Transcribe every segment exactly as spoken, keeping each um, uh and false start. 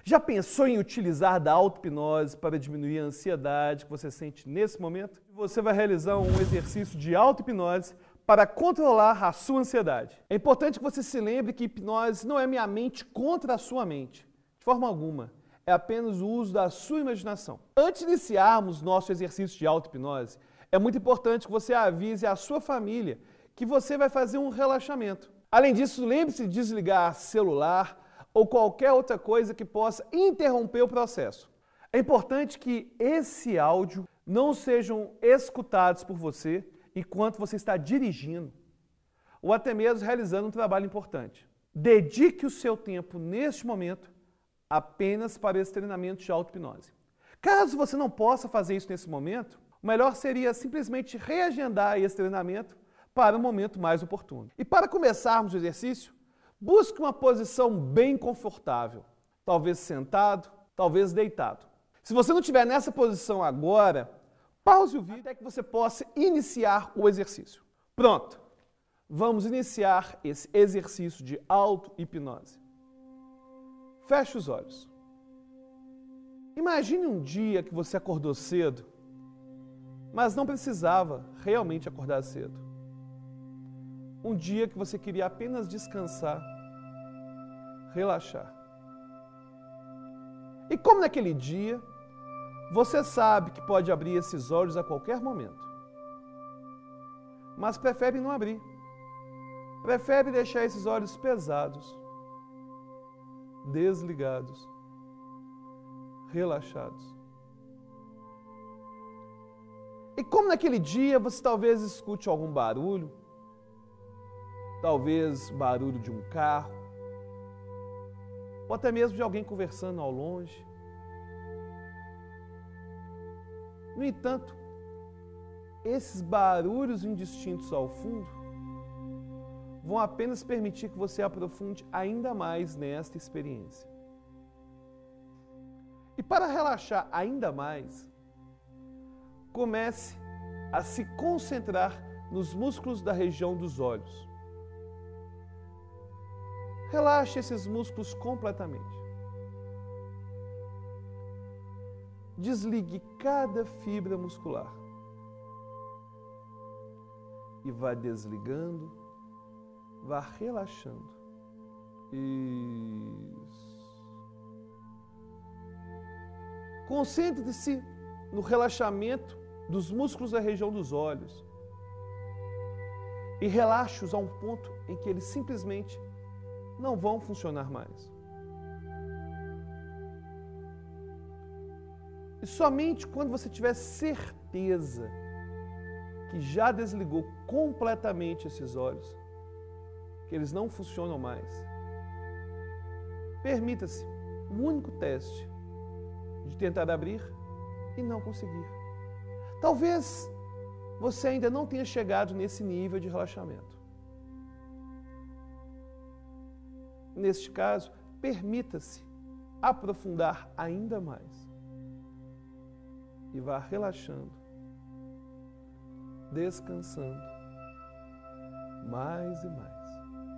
Já pensou em utilizar da auto-hipnose para diminuir a ansiedade que você sente nesse momento? Você vai realizar um exercício de auto-hipnose para controlar a sua ansiedade. É importante que você se lembre que hipnose não é minha mente contra a sua mente, de forma alguma. É apenas o uso da sua imaginação. Antes de iniciarmos nosso exercício de auto-hipnose, é muito importante que você avise a sua família que você vai fazer um relaxamento. Além disso, lembre-se de desligar celular ou qualquer outra coisa que possa interromper o processo. É importante que esse áudio não sejam escutados por você enquanto você está dirigindo ou até mesmo realizando um trabalho importante. Dedique o seu tempo neste momento apenas para esse treinamento de auto-hipnose. Caso você não possa fazer isso nesse momento, o melhor seria simplesmente reagendar esse treinamento para um momento mais oportuno. E para começarmos o exercício, busque uma posição bem confortável, talvez sentado, talvez deitado. Se você não estiver nessa posição agora, pause o vídeo até que você possa iniciar o exercício. Pronto! Vamos iniciar esse exercício de auto-hipnose. Feche os olhos. Imagine um dia que você acordou cedo, mas não precisava realmente acordar cedo. Um dia que você queria apenas descansar, relaxar. E como naquele dia, você sabe que pode abrir esses olhos a qualquer momento, mas prefere não abrir. Prefere deixar esses olhos pesados, desligados, relaxados. E como naquele dia você talvez escute algum barulho, talvez barulho de um carro, ou até mesmo de alguém conversando ao longe. No entanto, esses barulhos indistintos ao fundo vão apenas permitir que você aprofunde ainda mais nesta experiência. E para relaxar ainda mais, comece a se concentrar nos músculos da região dos olhos. Relaxe esses músculos completamente. Desligue cada fibra muscular. E vá desligando, vá relaxando. Isso. Concentre-se no relaxamento dos músculos da região dos olhos. E relaxe-os a um ponto em que eles simplesmente não vão funcionar mais. E somente quando você tiver certeza que já desligou completamente esses olhos, que eles não funcionam mais, permita-se um único teste de tentar abrir e não conseguir. Talvez você ainda não tenha chegado nesse nível de relaxamento. Neste caso, permita-se aprofundar ainda mais. E vá relaxando, descansando, mais e mais,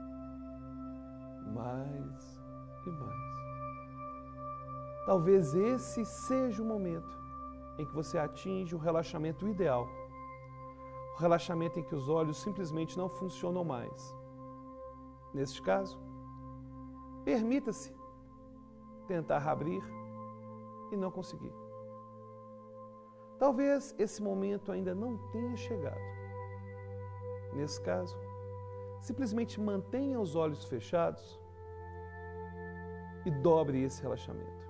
mais e mais. Talvez esse seja o momento em que você atinge o relaxamento ideal, o relaxamento em que os olhos simplesmente não funcionam mais. Neste caso, permita-se tentar abrir e não conseguir. Talvez esse momento ainda não tenha chegado. Nesse caso, simplesmente mantenha os olhos fechados e dobre esse relaxamento.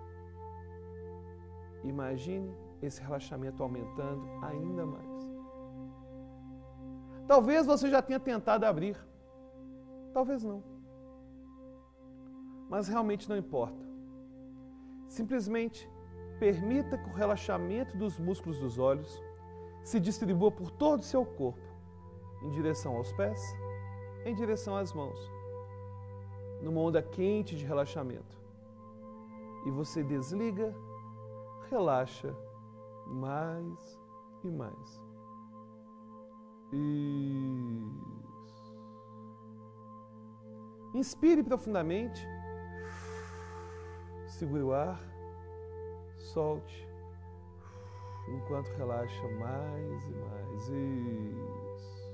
Imagine esse relaxamento aumentando ainda mais. Talvez você já tenha tentado abrir, talvez não. Mas realmente não importa. Simplesmente permita que o relaxamento dos músculos dos olhos se distribua por todo o seu corpo, em direção aos pés, em direção às mãos, numa onda quente de relaxamento. E você desliga, relaxa mais e mais. Isso. Inspire profundamente. Segure o ar, solte, enquanto relaxa mais e mais. Isso.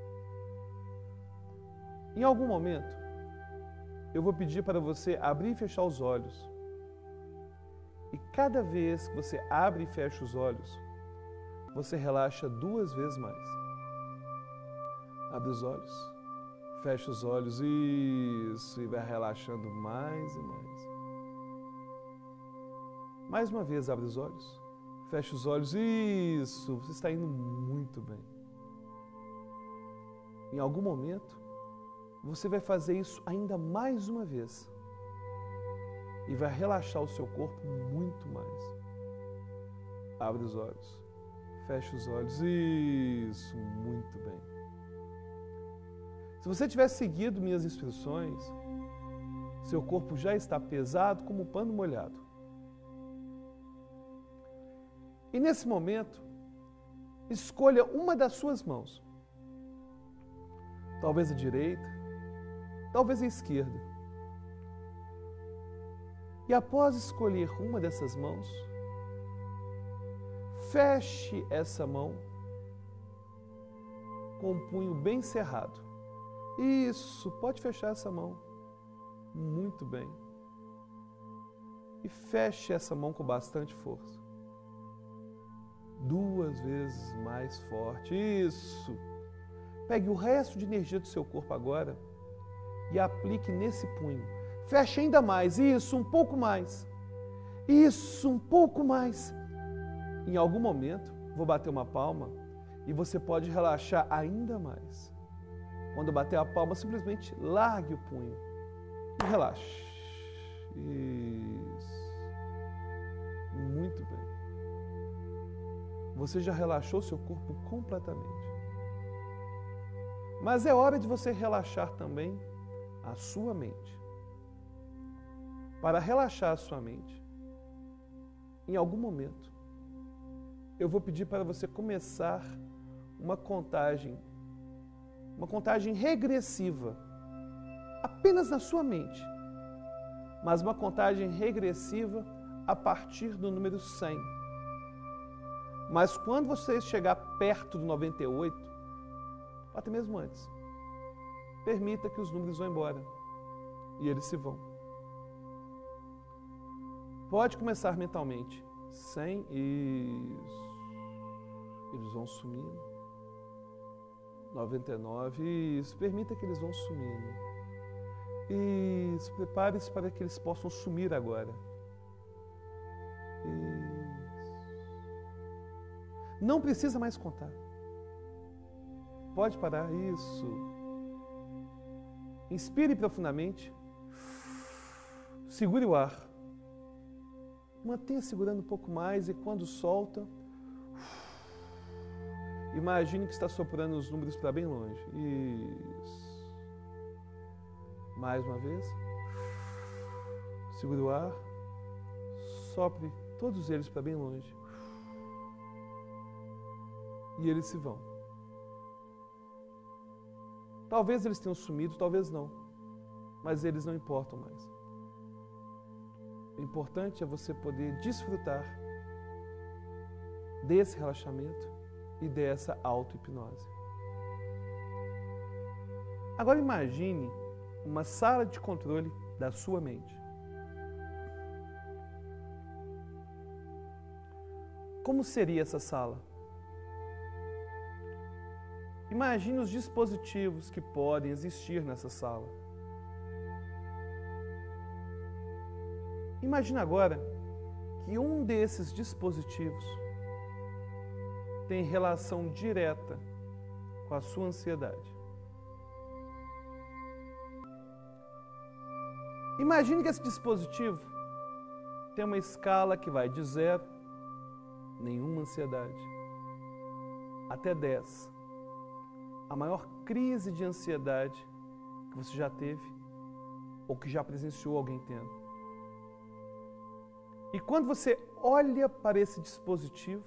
Em algum momento, eu vou pedir para você abrir e fechar os olhos. E cada vez que você abre e fecha os olhos, você relaxa duas vezes mais. Abre os olhos, fecha os olhos, isso, e vai relaxando mais e mais. Mais uma vez, abre os olhos, fecha os olhos, isso, você está indo muito bem. Em algum momento, você vai fazer isso ainda mais uma vez. E vai relaxar o seu corpo muito mais. Abre os olhos, fecha os olhos, isso, muito bem. Se você tivesse seguido minhas instruções, seu corpo já está pesado como um pano molhado. E nesse momento, escolha uma das suas mãos. Talvez a direita, talvez a esquerda. E após escolher uma dessas mãos, feche essa mão com o punho bem cerrado. Isso, pode fechar essa mão. Muito bem. E feche essa mão com bastante força. Duas vezes mais forte. Isso. Pegue o resto de energia do seu corpo agora e aplique nesse punho. Feche ainda mais. Isso, um pouco mais. Isso, um pouco mais. Em algum momento, vou bater uma palma e você pode relaxar ainda mais. Quando bater a palma, simplesmente largue o punho e relaxe. Isso. Muito bem. Você já relaxou seu corpo completamente. Mas é hora de você relaxar também a sua mente. Para relaxar a sua mente, em algum momento, eu vou pedir para você começar uma contagem, uma contagem regressiva, apenas na sua mente, mas uma contagem regressiva a partir do número cem. Mas quando você chegar perto do noventa e oito, até mesmo antes, permita que os números vão embora e eles se vão. Pode começar mentalmente. cem, isso. Eles vão sumindo. noventa e nove, isso. Permita que eles vão sumindo. Isso. Prepare-se para que eles possam sumir agora. Isso. Não precisa mais contar. Pode parar. Isso. Inspire profundamente. Segure o ar. Mantenha segurando um pouco mais e quando solta, imagine que está soprando os números para bem longe. Isso. Mais uma vez. Segure o ar. Sopre todos eles para bem longe. E eles se vão. Talvez eles tenham sumido, talvez não. Mas eles não importam mais. O importante é você poder desfrutar desse relaxamento e dessa auto-hipnose. Agora imagine uma sala de controle da sua mente. Como seria essa sala? Imagine os dispositivos que podem existir nessa sala. Imagine agora que um desses dispositivos tem relação direta com a sua ansiedade. Imagine que esse dispositivo tem uma escala que vai de zero, nenhuma ansiedade, até dez. A maior crise de ansiedade que você já teve ou que já presenciou alguém tendo. E quando você olha para esse dispositivo,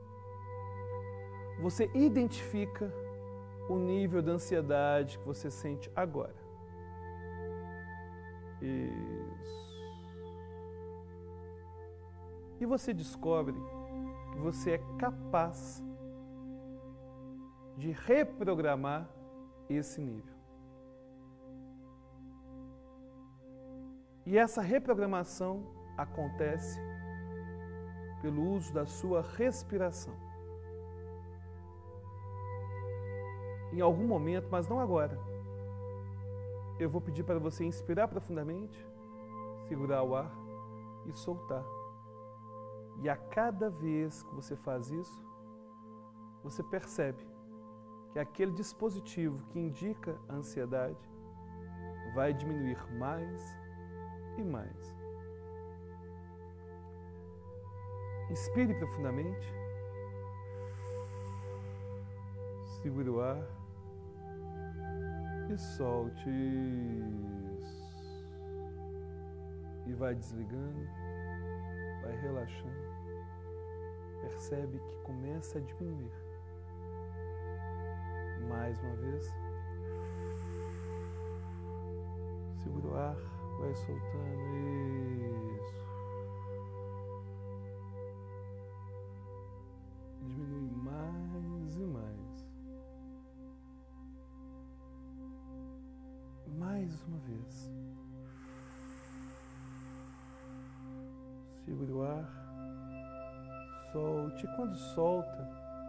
você identifica o nível de ansiedade que você sente agora. Isso. E você descobre que você é capaz de reprogramar esse nível. E essa reprogramação acontece pelo uso da sua respiração. Em algum momento, mas não agora, eu vou pedir para você inspirar profundamente, segurar o ar e soltar. E a cada vez que você faz isso, você percebe que aquele dispositivo que indica a ansiedade vai diminuir mais e mais. Inspire profundamente, segure o ar e solte isso. E vai desligando, vai relaxando. Percebe que começa a diminuir. Mais uma vez. Segura o ar, vai soltando isso. Diminui mais e mais. Mais uma vez. Segure o ar. Solte. Quando solta,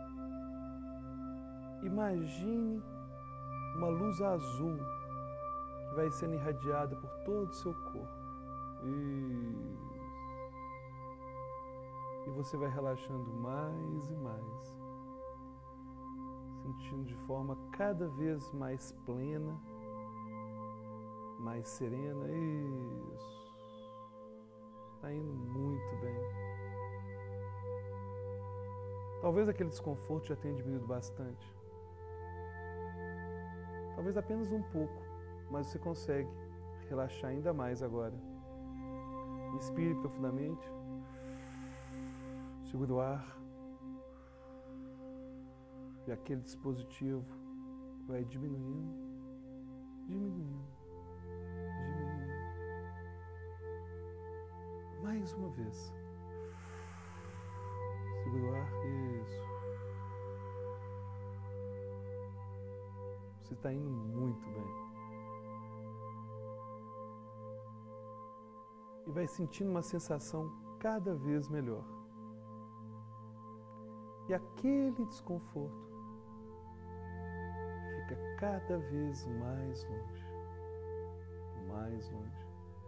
imagine uma luz azul que vai sendo irradiada por todo o seu corpo. Isso. E você vai relaxando mais e mais, sentindo de forma cada vez mais plena, mais serena. Isso. Está indo muito bem. Talvez aquele desconforto já tenha diminuído bastante. Talvez apenas um pouco, mas você consegue relaxar ainda mais agora. Inspire profundamente. Segura o ar. E aquele dispositivo vai diminuindo, diminuindo, diminuindo. Mais uma vez. Segura o ar, isso. Você está indo muito bem. E vai sentindo uma sensação cada vez melhor. E aquele desconforto fica cada vez mais longe, mais longe.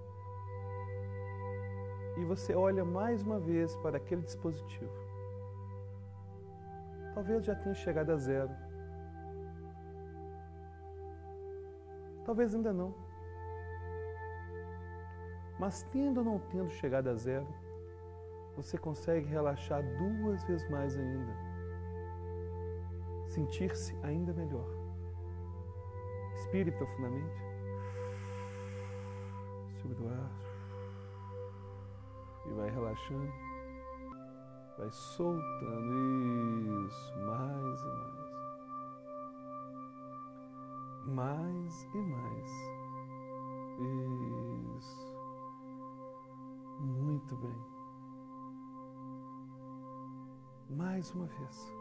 E você olha mais uma vez para aquele dispositivo. Talvez já tenha chegado a zero. Talvez ainda não. Mas tendo ou não tendo chegado a zero, você consegue relaxar duas vezes mais ainda. Sentir-se ainda melhor. Inspire profundamente. Segura o ar. E vai relaxando. Vai soltando isso, mais e mais. Mais e mais. Isso. Muito bem. Mais uma vez.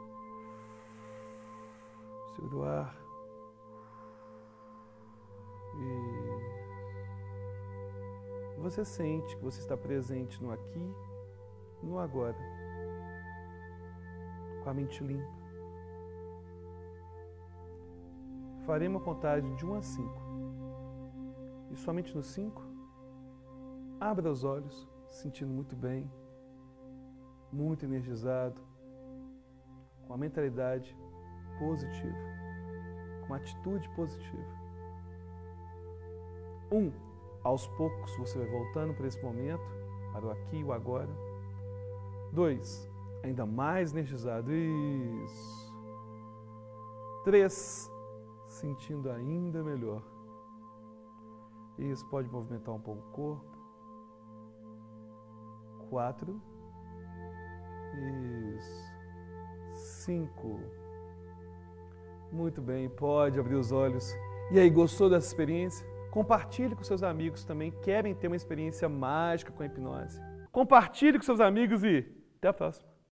Segura o ar. Isso. Você sente que você está presente no aqui, no agora. Com a mente limpa. Farei uma contagem de um a cinco. E somente no cinco, abra os olhos, sentindo muito bem, muito energizado, com a mentalidade positiva, com a atitude positiva. Um, aos poucos você vai voltando para esse momento, para o aqui e o agora. Dois, ainda mais energizado. Isso. Três, sentindo ainda melhor. Isso, pode movimentar um pouco o corpo. Quatro. Isso. Cinco. Muito bem, pode abrir os olhos. E aí, gostou dessa experiência? Compartilhe com seus amigos também que querem ter uma experiência mágica com a hipnose. Compartilhe com seus amigos e até a próxima.